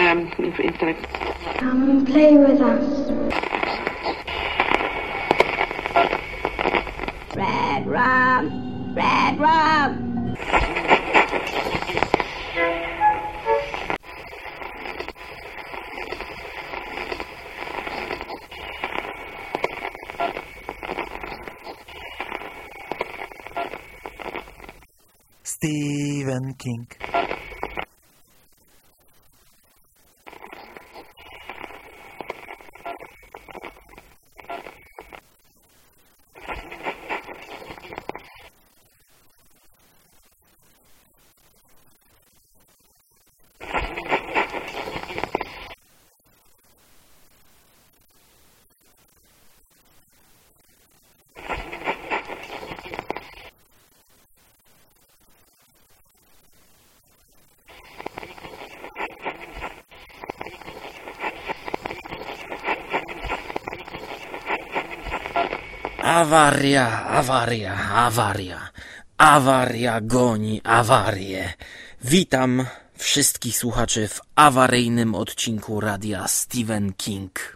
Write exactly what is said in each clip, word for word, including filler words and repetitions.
um, instead of... Come and play with us. Red rum, red rum. Stephen King. Awaria, awaria, awaria. Awaria goni awarię. Witam wszystkich słuchaczy w awaryjnym odcinku radia Stephen King.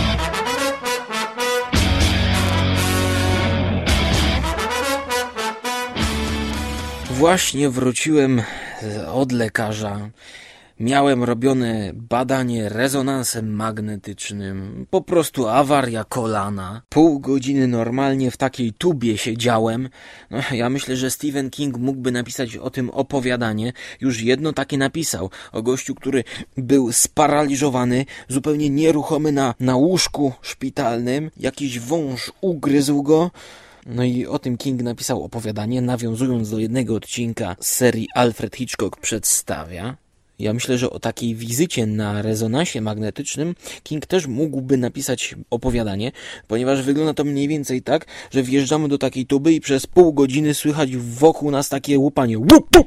Właśnie wróciłem od lekarza. Miałem robione badanie rezonansem magnetycznym. Po prostu awaria kolana. Pół godziny normalnie w takiej tubie siedziałem. No, ja myślę, że Stephen King mógłby napisać o tym opowiadanie. Już jedno takie napisał. O gościu, który był sparaliżowany, zupełnie nieruchomy na, na łóżku szpitalnym. Jakiś wąż ugryzł go. No i o tym King napisał opowiadanie, nawiązując do jednego odcinka z serii Alfred Hitchcock przedstawia. Ja myślę, że o takiej wizycie na rezonansie magnetycznym King też mógłby napisać opowiadanie, ponieważ wygląda to mniej więcej tak, że wjeżdżamy do takiej tuby i przez pół godziny słychać wokół nas takie łupanie.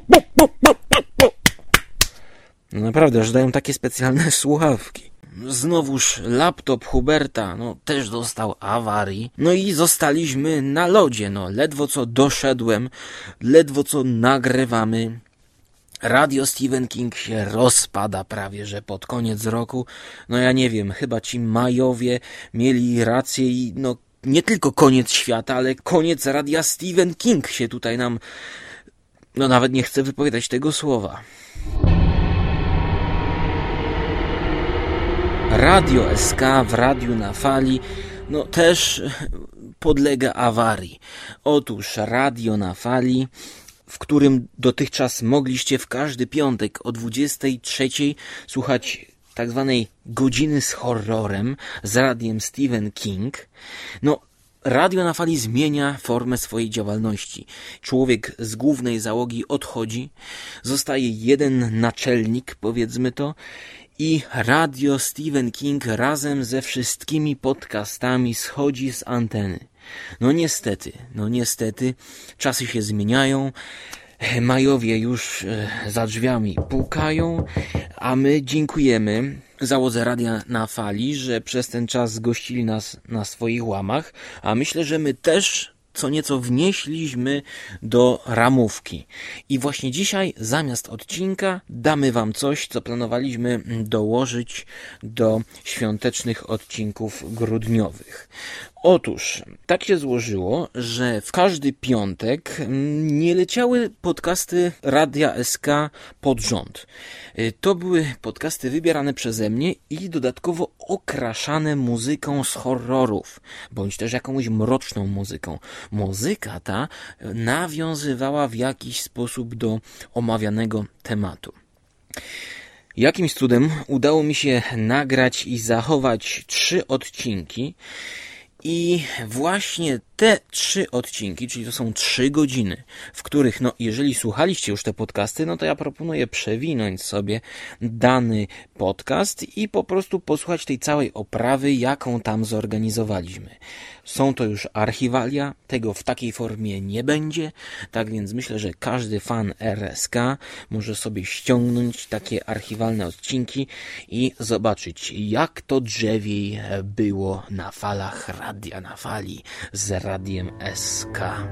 No naprawdę, aż dają takie specjalne słuchawki. Znowuż laptop Huberta, no też dostał awarii. No i zostaliśmy na lodzie, no ledwo co doszedłem, ledwo co nagrywamy. Radio Stephen King się rozpada prawie, że pod koniec roku. No ja nie wiem, chyba ci Majowie mieli rację i no nie tylko koniec świata, ale koniec radia Stephen King się tutaj nam... No nawet nie chcę wypowiadać tego słowa. Radio S K w Radiu na Fali, no też podlega awarii. Otóż Radio na Fali, w którym dotychczas mogliście w każdy piątek o dwudziestej trzeciej słuchać tak zwanej godziny z horrorem z radiem Stephen King. No, Radio na Fali zmienia formę swojej działalności. Człowiek z głównej załogi odchodzi, zostaje jeden naczelnik, powiedzmy to, i Radio Stephen King razem ze wszystkimi podcastami schodzi z anteny. No niestety, no niestety, czasy się zmieniają, Majowie już za drzwiami pukają, a my dziękujemy załodze Radia na Fali, że przez ten czas gościli nas na swoich łamach, a myślę, że my też co nieco wnieśliśmy do ramówki. I właśnie dzisiaj zamiast odcinka damy wam coś, co planowaliśmy dołożyć do świątecznych odcinków grudniowych. Otóż, tak się złożyło, że w każdy piątek nie leciały podcasty Radia S K pod rząd. To były podcasty wybierane przeze mnie i dodatkowo okraszane muzyką z horrorów, bądź też jakąś mroczną muzyką. Muzyka ta nawiązywała w jakiś sposób do omawianego tematu. Jakimś cudem udało mi się nagrać i zachować trzy odcinki. I właśnie te trzy odcinki, czyli to są trzy godziny, w których, no jeżeli słuchaliście już te podcasty, no to ja proponuję przewinąć sobie dany podcast i po prostu posłuchać tej całej oprawy, jaką tam zorganizowaliśmy. Są to już archiwalia, tego w takiej formie nie będzie, tak więc myślę, że każdy fan R S K może sobie ściągnąć takie archiwalne odcinki i zobaczyć, jak to drzewiej było na falach Radia na Fali z Radiem S K.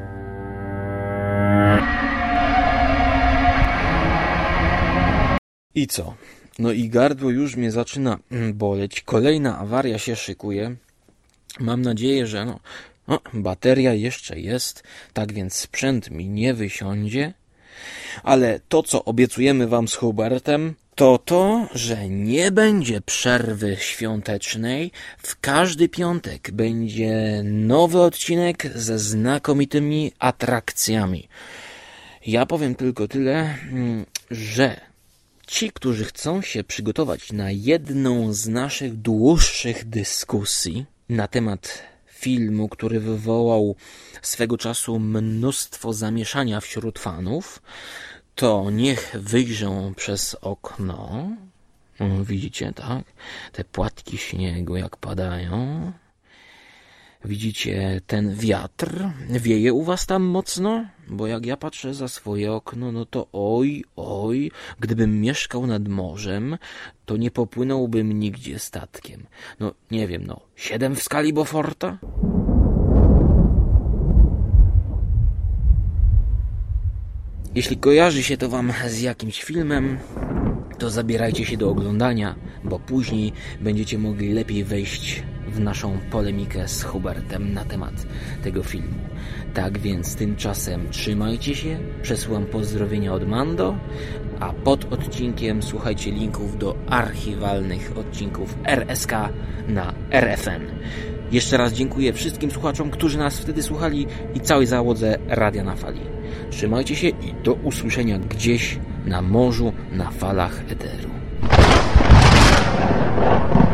I co? No i gardło już mnie zaczyna boleć. Kolejna awaria się szykuje. Mam nadzieję, że no, no, bateria jeszcze jest, tak więc sprzęt mi nie wysiądzie. Ale to, co obiecujemy wam z Hubertem, to to, że nie będzie przerwy świątecznej. W każdy piątek będzie nowy odcinek ze znakomitymi atrakcjami. Ja powiem tylko tyle, że ci, którzy chcą się przygotować na jedną z naszych dłuższych dyskusji na temat filmu, który wywołał swego czasu mnóstwo zamieszania wśród fanów, to niech wyjrzą przez okno. Widzicie, tak? Te płatki śniegu jak padają. Widzicie ten wiatr? Wieje u was tam mocno? Bo jak ja patrzę za swoje okno, no to oj, oj, gdybym mieszkał nad morzem, to nie popłynąłbym nigdzie statkiem. No, nie wiem, no, siedem w skali Beauforta? Jeśli kojarzy się to wam z jakimś filmem, to zabierajcie się do oglądania, bo później będziecie mogli lepiej wejść w naszą polemikę z Hubertem na temat tego filmu. Tak więc tymczasem trzymajcie się, przesyłam pozdrowienia od Mando, a pod odcinkiem słuchajcie linków do archiwalnych odcinków R S K na R F N. Jeszcze raz dziękuję wszystkim słuchaczom, którzy nas wtedy słuchali i całej załodze Radia na Fali. Trzymajcie się i do usłyszenia gdzieś na morzu, na falach eteru.